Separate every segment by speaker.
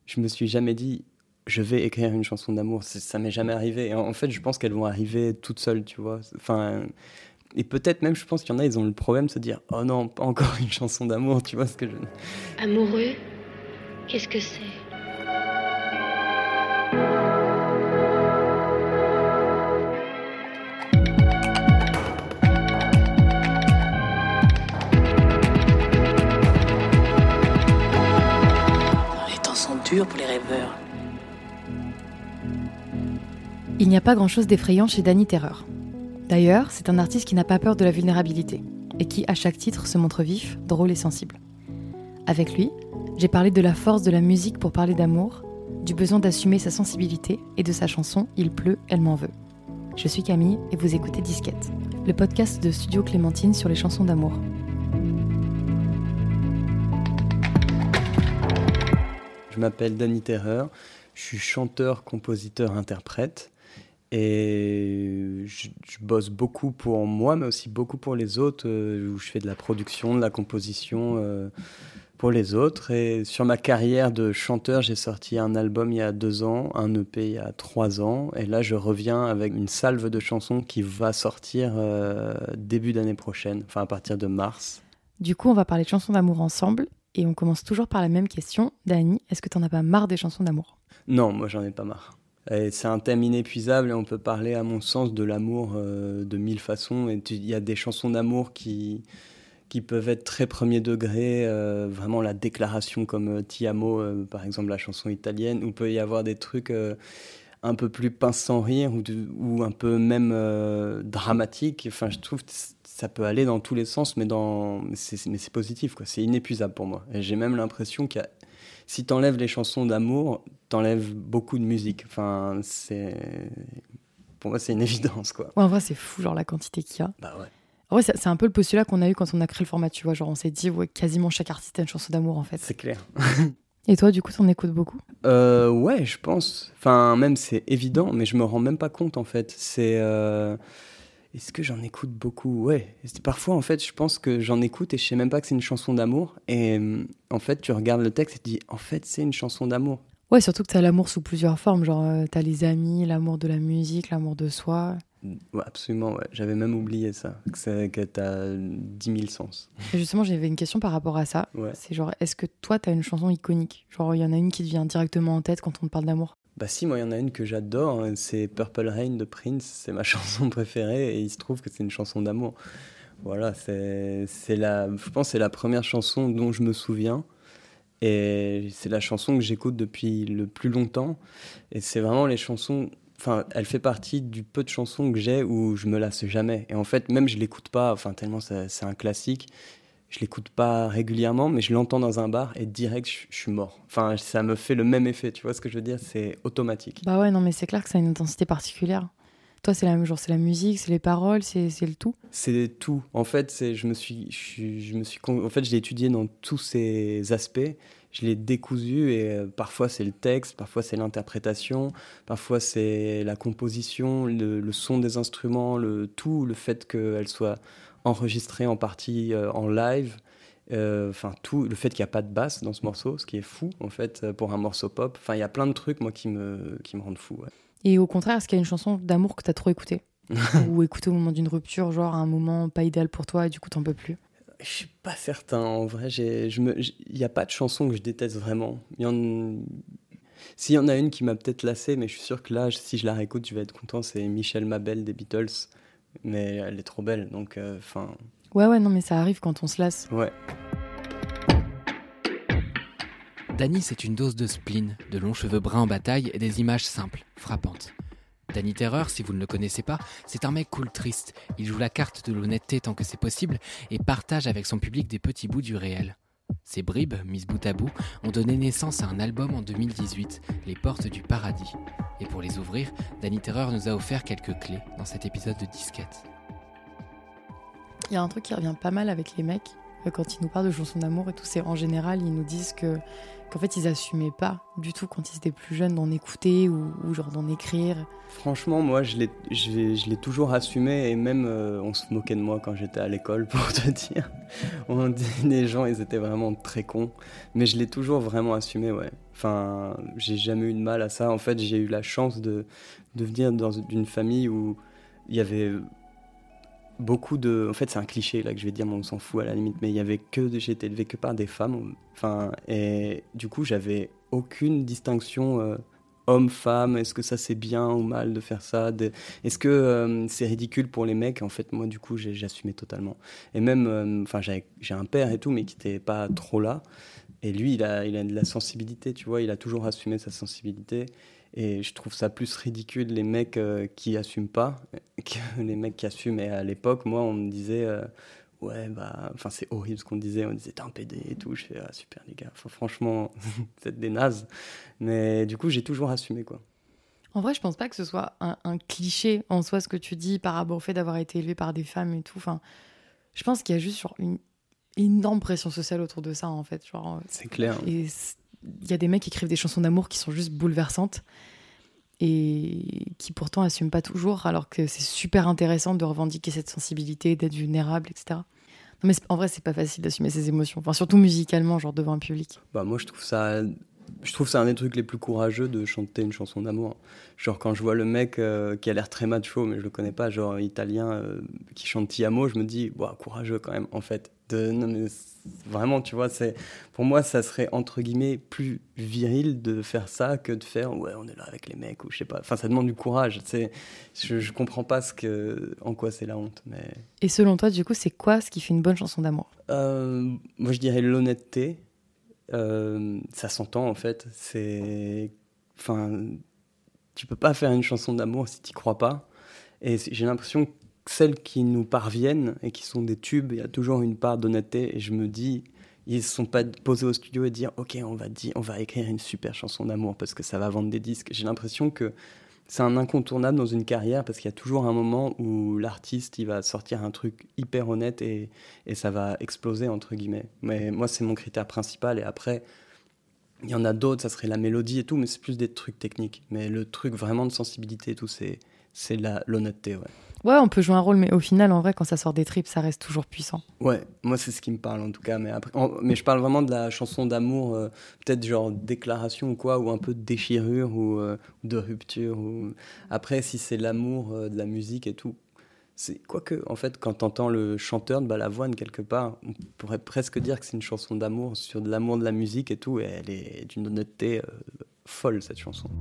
Speaker 1: je me suis jamais dit je vais écrire une chanson d'amour. Ça m'est jamais arrivé. Et en fait, je pense qu'elles vont arriver toutes seules, tu vois. Enfin, et peut-être même, je pense qu'il y en a, ils ont le problème de se dire oh non, pas encore une chanson d'amour, tu vois ce que je...
Speaker 2: Amoureux, qu'est-ce que c'est ?
Speaker 3: Les temps sont durs pour les rêveurs.
Speaker 4: Il n'y a pas grand-chose d'effrayant chez Danny Terreur. D'ailleurs, c'est un artiste qui n'a pas peur de la vulnérabilité et qui, à chaque titre, se montre vif, drôle et sensible. Avec lui, j'ai parlé de la force de la musique pour parler d'amour, du besoin d'assumer sa sensibilité et de sa chanson « Il pleut, elle m'en veut ». Je suis Camille et vous écoutez Disquette, le podcast de Studio Clémentine sur les chansons d'amour.
Speaker 1: Je m'appelle Danny Terreur, je suis chanteur, compositeur, interprète. Et je bosse beaucoup pour moi, mais aussi beaucoup pour les autres, où je fais de la production, de la composition pour les autres. Et sur ma carrière de chanteur, j'ai sorti un album il y a 2 ans, un EP il y a 3 ans. Et là, je reviens avec une salve de chansons qui va sortir début d'année prochaine, enfin à partir de mars.
Speaker 4: Du coup, on va parler de chansons d'amour ensemble. Et on commence toujours par la même question. Danny, est-ce que t'en as pas marre des chansons d'amour ?
Speaker 1: Non, moi j'en ai pas marre. Et c'est un thème inépuisable et on peut parler, à mon sens, de l'amour de 1000 façons. Et il y a des chansons d'amour qui peuvent être très premier degré, vraiment la déclaration comme Ti amo, par exemple la chanson italienne, où peut y avoir des trucs un peu plus pince sans rire ou un peu même dramatique. Enfin, je trouve que ça peut aller dans tous les sens, mais c'est positif, quoi. C'est inépuisable pour moi. Et j'ai même l'impression si t'enlèves les chansons d'amour, t'enlèves beaucoup de musique. Enfin, pour moi, c'est une évidence, quoi.
Speaker 4: Ouais, en vrai, c'est fou, genre la quantité qu'il y a.
Speaker 1: Bah ouais.
Speaker 4: En vrai, c'est un peu le postulat qu'on a eu quand on a créé le format, tu vois. Genre, on s'est dit, ouais, quasiment chaque artiste a une chanson d'amour, en fait.
Speaker 1: C'est clair.
Speaker 4: Et toi, du coup, t'en écoutes beaucoup ?
Speaker 1: Ouais, je pense. Enfin, même, c'est évident, mais je me rends même pas compte, en fait. Est-ce que j'en écoute beaucoup ? Ouais. Parfois, en fait, je pense que j'en écoute et je sais même pas que c'est une chanson d'amour. Et en fait, tu regardes le texte et tu dis, en fait, c'est une chanson d'amour.
Speaker 4: Ouais, surtout que t'as l'amour sous plusieurs formes. Genre, t'as les amis, l'amour de la musique, l'amour de soi.
Speaker 1: Ouais, absolument, ouais. J'avais même oublié ça, que t'as 10 000 sens.
Speaker 4: Et justement, j'avais une question par rapport à ça.
Speaker 1: Ouais.
Speaker 4: C'est genre, est-ce que toi, t'as une chanson iconique ? Genre, il y en a une qui te vient directement en tête quand on te parle d'amour ?
Speaker 1: Bah si, moi il y en a une que j'adore, c'est Purple Rain de Prince, c'est ma chanson préférée et il se trouve que c'est une chanson d'amour. Voilà, je pense que c'est la première chanson dont je me souviens et c'est la chanson que j'écoute depuis le plus longtemps et c'est vraiment les chansons, enfin elle fait partie du peu de chansons que j'ai où je me lasse jamais et en fait même je l'écoute pas, enfin tellement c'est un classique. Je l'écoute pas régulièrement, mais je l'entends dans un bar et direct, je suis mort. Enfin, ça me fait le même effet, tu vois ce que je veux dire ? C'est automatique.
Speaker 4: Bah ouais, non, mais c'est clair que ça a une intensité particulière. Toi, c'est la musique, c'est les paroles, c'est le tout ?
Speaker 1: C'est tout. En fait, en fait, je l'ai étudié dans tous ces aspects. Je l'ai décousu et parfois c'est le texte, parfois c'est l'interprétation, parfois c'est la composition, le son des instruments, le fait qu'elle soit enregistrée en partie en live, tout, le fait qu'il n'y a pas de basse dans ce morceau, ce qui est fou en fait pour un morceau pop. Enfin, il y a plein de trucs moi qui me rendent fou. Ouais.
Speaker 4: Et au contraire, est-ce qu'il y a une chanson d'amour que t'as trop écoutée ou écoutée au moment d'une rupture, genre à un moment pas idéal pour toi et du coup t'en peux plus ?
Speaker 1: Je suis pas certain, en vrai. Il n'y a pas de chanson que je déteste vraiment. S'il y en a une qui m'a peut-être lassé, mais je suis sûr que là, si je la réécoute, je vais être content. C'est Michel Mabel des Beatles, mais elle est trop belle, donc
Speaker 4: Ouais, non, mais ça arrive quand on se lasse.
Speaker 1: Ouais.
Speaker 5: Danny, c'est une dose de spleen, de longs cheveux bruns en bataille et des images simples, frappantes. Danny Terreur, si vous ne le connaissez pas, c'est un mec cool triste. Il joue la carte de l'honnêteté tant que c'est possible et partage avec son public des petits bouts du réel. Ces bribes, mises bout à bout, ont donné naissance à un album en 2018, Les Portes du Paradis. Et pour les ouvrir, Danny Terreur nous a offert quelques clés dans cet épisode de Disquette.
Speaker 4: Il y a un truc qui revient pas mal avec les mecs, quand ils nous parlent de chansons d'amour et tout, c'est en général, ils nous disent qu'en fait, ils assumaient pas du tout quand ils étaient plus jeunes d'en écouter ou genre d'en écrire.
Speaker 1: Franchement, moi, je l'ai toujours assumé et même on se moquait de moi quand j'étais à l'école, pour te dire. Les gens, ils étaient vraiment très cons. Mais je l'ai toujours vraiment assumé, ouais. Enfin, j'ai jamais eu de mal à ça. En fait, j'ai eu la chance de venir d'une famille où il y avait beaucoup de... En fait, c'est un cliché là que je vais dire, mais on s'en fout à la limite. Mais j'ai été élevé que par des femmes. Enfin, et du coup, j'avais aucune distinction homme-femme. Est-ce que ça c'est bien ou mal de faire ça? Est-ce que c'est ridicule pour les mecs? En fait, moi, du coup, j'assumais totalement. Et même, enfin, j'ai un père et tout, mais qui n'était pas trop là. Et lui, il a de la sensibilité, tu vois. Il a toujours assumé sa sensibilité. Et je trouve ça plus ridicule les mecs qui assument pas que les mecs qui assument. Et à l'époque, moi, on me disait ouais, bah, enfin, c'est horrible ce qu'on disait. On disait t'es un PD et tout. Je fais ah, super les gars. Enfin, franchement, vous êtes des nazes. Mais du coup, j'ai toujours assumé quoi.
Speaker 4: En vrai, je pense pas que ce soit un cliché en soi ce que tu dis par rapport au fait d'avoir été élevé par des femmes et tout. Enfin, je pense qu'il y a juste genre une énorme pression sociale autour de ça en fait. Genre,
Speaker 1: c'est clair.
Speaker 4: Et il y a des mecs qui écrivent des chansons d'amour qui sont juste bouleversantes et qui pourtant assument pas toujours, alors que c'est super intéressant de revendiquer cette sensibilité, d'être vulnérable, etc. Non mais en vrai, c'est pas facile d'assumer ses émotions, enfin surtout musicalement, genre devant un public.
Speaker 1: Bah moi, je trouve ça un des trucs les plus courageux de chanter une chanson d'amour. Genre quand je vois le mec qui a l'air très macho, mais je le connais pas, genre italien qui chante Ti amo, je me dis, wow, courageux quand même, en fait. Non, mais vraiment, tu vois, pour moi, ça serait entre guillemets plus viril de faire ça que de faire, ouais, on est là avec les mecs, ou je sais pas. Enfin, ça demande du courage. Je comprends pas en quoi c'est la honte. Mais...
Speaker 4: Et selon toi, du coup, c'est quoi ce qui fait une bonne chanson d'amour?
Speaker 1: Moi, je dirais l'honnêteté. Ça s'entend en fait. Enfin, tu peux pas faire une chanson d'amour si tu crois pas. Et j'ai l'impression que celles qui nous parviennent et qui sont des tubes, il y a toujours une part d'honnêteté. Et je me dis, ils ne se sont pas posés au studio et dire, ok, on va écrire une super chanson d'amour parce que ça va vendre des disques. J'ai l'impression que c'est un incontournable dans une carrière parce qu'il y a toujours un moment où l'artiste il va sortir un truc hyper honnête et ça va exploser entre guillemets. Mais moi c'est mon critère principal et après il y en a d'autres, ça serait la mélodie et tout, mais c'est plus des trucs techniques. Mais le truc vraiment de sensibilité et tout, c'est l'honnêteté, ouais.
Speaker 4: Ouais, on peut jouer un rôle, mais au final, en vrai, quand ça sort des tripes, ça reste toujours puissant.
Speaker 1: Ouais, moi c'est ce qui me parle en tout cas. Mais après, mais je parle vraiment de la chanson d'amour, peut-être genre déclaration ou quoi, ou un peu de déchirure ou de rupture. Après, si c'est l'amour de la musique et tout, c'est quoique en fait, quand t'entends le chanteur de Balavoine quelque part, on pourrait presque dire que c'est une chanson d'amour sur de l'amour de la musique et tout, et elle est d'une honnêteté folle cette chanson.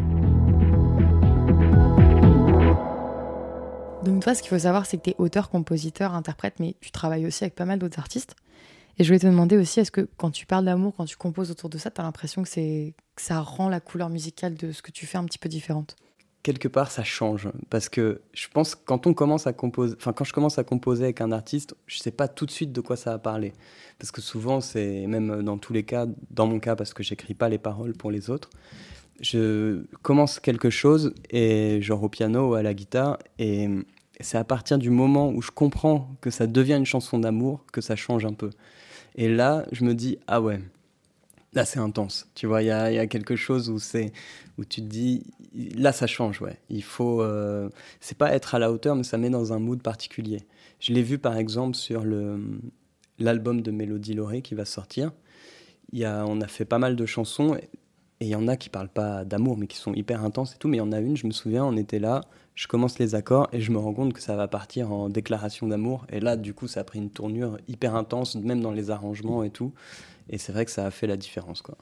Speaker 4: Donc toi, ce qu'il faut savoir, c'est que tu es auteur, compositeur, interprète, mais tu travailles aussi avec pas mal d'autres artistes. Et je voulais te demander aussi, est-ce que quand tu parles d'amour, quand tu composes autour de ça, tu as l'impression que ça rend la couleur musicale de ce que tu fais un petit peu différente?
Speaker 1: Quelque part, ça change. Parce que je pense que quand je commence à composer avec un artiste, je ne sais pas tout de suite de quoi ça va parler. Parce que souvent, c'est même dans tous les cas, dans mon cas, parce que je n'écris pas les paroles pour les autres, je commence quelque chose, et genre au piano ou à la guitare, et c'est à partir du moment où je comprends que ça devient une chanson d'amour que ça change un peu. Et là, je me dis, ah ouais, là c'est intense. Tu vois, il y a quelque chose où tu te dis, là ça change, ouais. Il faut, c'est pas être à la hauteur, mais ça met dans un mood particulier. Je l'ai vu par exemple sur l'album de Mélodie Lauré qui va sortir. On a fait pas mal de chansons. Et il y en a qui parlent pas d'amour, mais qui sont hyper intenses et tout. Mais il y en a une, je me souviens, on était là, je commence les accords et je me rends compte que ça va partir en déclaration d'amour. Et là, du coup, ça a pris une tournure hyper intense, même dans les arrangements et tout. Et c'est vrai que ça a fait la différence, quoi.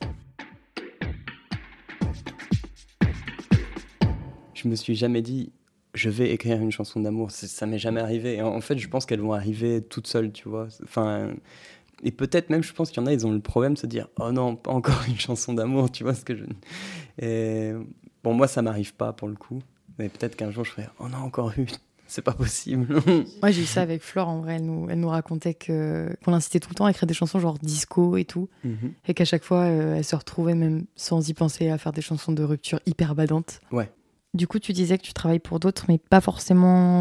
Speaker 1: Je me suis jamais dit, je vais écrire une chanson d'amour. Ça m'est jamais arrivé. Et en fait, je pense qu'elles vont arriver toutes seules, tu vois. Enfin... Et peut-être même, je pense qu'il y en a, ils ont le problème de se dire « Oh non, pas encore une chanson d'amour », tu vois ce que je... Et bon, moi, ça m'arrive pas, pour le coup. Mais peut-être qu'un jour, je ferai « Oh non, encore une, c'est pas possible ».
Speaker 4: Moi, j'ai eu ça avec Flore, en vrai. Elle nous racontait qu'on l'incitait tout le temps à écrire des chansons genre disco et tout. Mm-hmm. Et qu'à chaque fois, elle se retrouvait, même sans y penser, à faire des chansons de rupture hyper badantes.
Speaker 1: Ouais.
Speaker 4: Du coup, tu disais que tu travailles pour d'autres, mais pas forcément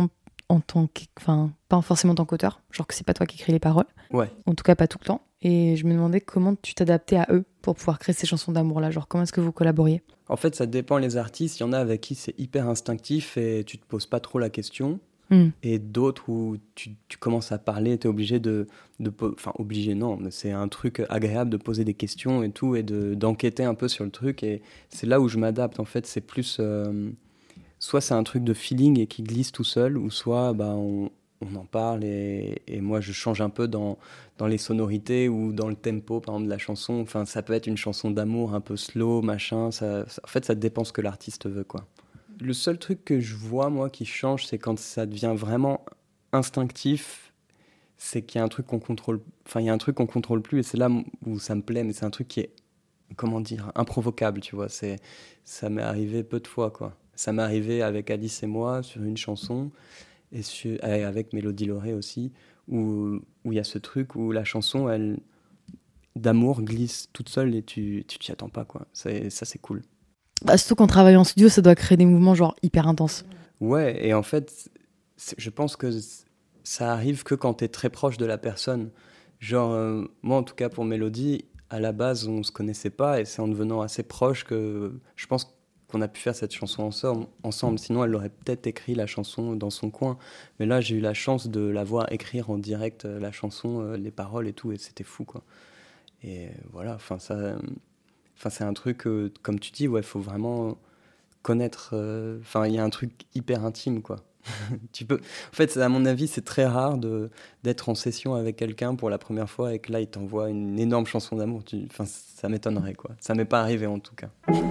Speaker 4: pas forcément en tant qu'auteur, genre que c'est pas toi qui écris les paroles,
Speaker 1: Ouais.
Speaker 4: en tout cas pas tout le temps. Et je me demandais comment tu t'adaptais à eux pour pouvoir créer ces chansons d'amour-là, genre comment est-ce que vous collaboriez?
Speaker 1: En fait, ça dépend les artistes. Il y en a avec qui c'est hyper instinctif et tu te poses pas trop la question. Et d'autres où tu commences à parler, tu es obligé enfin obligé non, mais c'est un truc agréable de poser des questions et tout, et d'enquêter un peu sur le truc, et c'est là où je m'adapte en fait. C'est plus, soit c'est un truc de feeling et qui glisse tout seul, ou soit on en parle et moi je change un peu dans les sonorités ou dans le tempo par exemple de la chanson. Enfin, ça peut être une chanson d'amour un peu slow, machin, en fait ça dépend ce que l'artiste veut, quoi. Le seul truc que je vois, moi, qui change, c'est quand ça devient vraiment instinctif, c'est qu'il y a un truc qu'on contrôle, enfin, il y a un truc qu'on contrôle plus, et c'est là où ça me plaît, mais c'est un truc qui est, comment dire, improvocable, tu vois. Ça m'est arrivé peu de fois, quoi. Ça m'est arrivé avec Alice et moi sur une chanson, et avec Mélodie Lauré aussi, où il y a ce truc où la chanson, elle, d'amour, glisse toute seule et tu t'y attends pas, quoi. Ça, c'est cool.
Speaker 4: Surtout quand on travaille en studio, ça doit créer des mouvements genre hyper intenses.
Speaker 1: Ouais, et en fait, je pense que ça arrive que quand t'es très proche de la personne. Genre, moi en tout cas pour Mélodie, à la base on se connaissait pas, et c'est en devenant assez proche que je pense qu'on a pu faire cette chanson ensemble. Sinon elle aurait peut-être écrit la chanson dans son coin. Mais là j'ai eu la chance de la voir écrire en direct la chanson, les paroles et tout, et c'était fou, quoi. Et voilà, enfin ça... Enfin, c'est un truc, comme tu dis, ouais, faut vraiment connaître... Enfin, il y a un truc hyper intime, quoi. En fait, à mon avis, c'est très rare d'être en session avec quelqu'un pour la première fois et que là, il t'envoie une énorme chanson d'amour. Enfin, ça m'étonnerait, quoi. Ça m'est pas arrivé, en tout cas.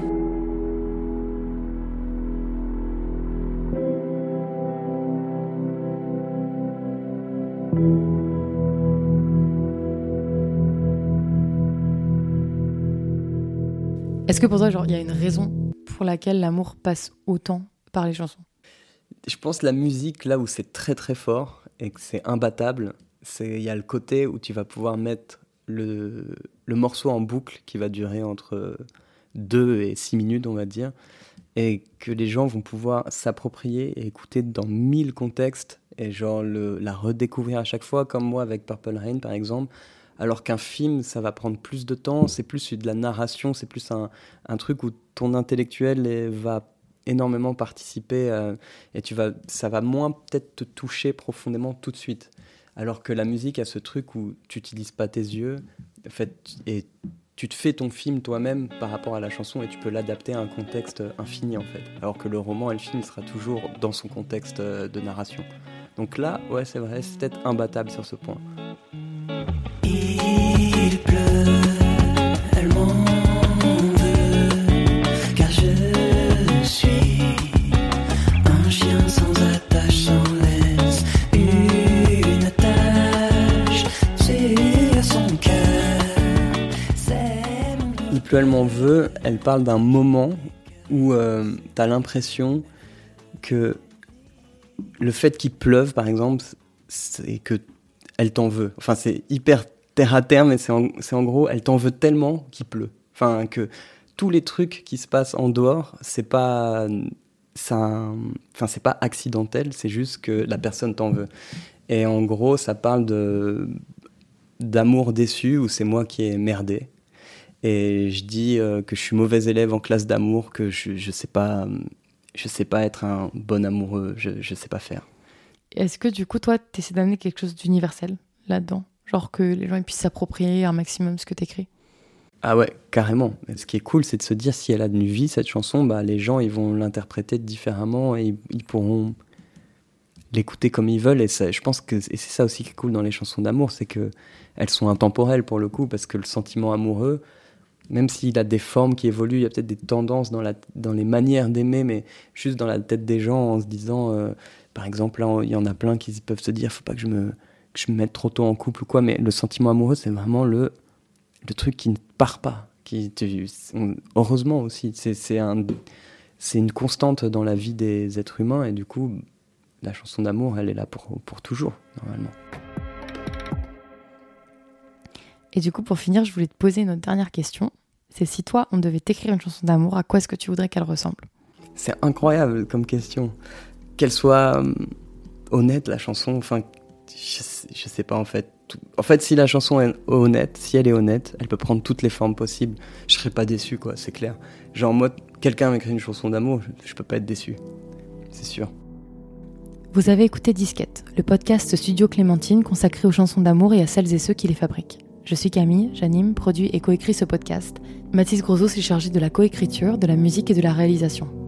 Speaker 4: Est-ce que pour toi, genre, il y a une raison pour laquelle l'amour passe autant par les chansons?
Speaker 1: Je pense que la musique, là où c'est très très fort et que c'est imbattable, il y a le côté où tu vas pouvoir mettre le morceau en boucle qui va durer entre 2 et 6 minutes, on va dire, et que les gens vont pouvoir s'approprier et écouter dans 1000 contextes et genre la redécouvrir à chaque fois, comme moi avec Purple Rain par exemple. Alors qu'un film, ça va prendre plus de temps, c'est plus de la narration, c'est plus un truc où ton intellectuel va énormément participer, et ça va moins peut-être te toucher profondément tout de suite. Alors que la musique a ce truc où tu n'utilises pas tes yeux, en fait, et tu te fais ton film toi-même par rapport à la chanson, et tu peux l'adapter à un contexte infini, en fait. Alors que le roman et le film sera toujours dans son contexte de narration. Donc là, ouais, c'est vrai, c'est peut-être imbattable sur ce point.
Speaker 6: Il pleut, elle m'en veut, car je suis un chien sans attache, sans laisse une attache sur son cœur.
Speaker 1: Il pleut, elle m'en veut, elle parle d'un moment où t'as l'impression que le fait qu'il pleuve, par exemple, c'est que elle t'en veut. Enfin, c'est hyper terre à terre, mais c'est en gros, elle t'en veut tellement qu'il pleut. Enfin, que tous les trucs qui se passent en dehors, c'est pas accidentel, c'est juste que la personne t'en veut. Et en gros, ça parle d'amour déçu, où c'est moi qui ai merdé. Et je dis que je suis mauvais élève en classe d'amour, que je sais pas être un bon amoureux, je sais pas faire.
Speaker 4: Est-ce que du coup, toi, t'essaies d'amener quelque chose d'universel là-dedans? Genre que les gens puissent s'approprier un maximum ce que t'écris?
Speaker 1: Ah ouais, carrément. Ce qui est cool, c'est de se dire, si elle a une vie, cette chanson, les gens, ils vont l'interpréter différemment et ils pourront l'écouter comme ils veulent. Et je pense que c'est ça aussi qui est cool dans les chansons d'amour, c'est qu'elles sont intemporelles pour le coup, parce que le sentiment amoureux, même s'il a des formes qui évoluent, il y a peut-être des tendances dans les manières d'aimer, mais juste dans la tête des gens, en se disant, par exemple, là, il y en a plein qui peuvent se dire, faut pas que je me mette trop tôt en couple ou quoi, mais le sentiment amoureux, c'est vraiment le truc qui ne part pas. Heureusement aussi, c'est une constante dans la vie des êtres humains, et du coup, la chanson d'amour, elle est là pour toujours, normalement.
Speaker 4: Et du coup, pour finir, je voulais te poser une dernière question. C'est si toi, on devait t'écrire une chanson d'amour, à quoi est-ce que tu voudrais qu'elle ressemble?
Speaker 1: C'est incroyable comme question. Qu'elle soit honnête la chanson. Enfin, je sais pas en fait. En fait, si la chanson est honnête, si elle est honnête, elle peut prendre toutes les formes possibles. Je serais pas déçu, quoi, c'est clair. Genre moi, quelqu'un m'écrit une chanson d'amour, je peux pas être déçu, c'est sûr.
Speaker 4: Vous avez écouté Disquette, le podcast Studio Clémentine consacré aux chansons d'amour et à celles et ceux qui les fabriquent. Je suis Camille, j'anime, produis et coécris ce podcast. Mathis Grosot s'est chargé de la coécriture, de la musique et de la réalisation.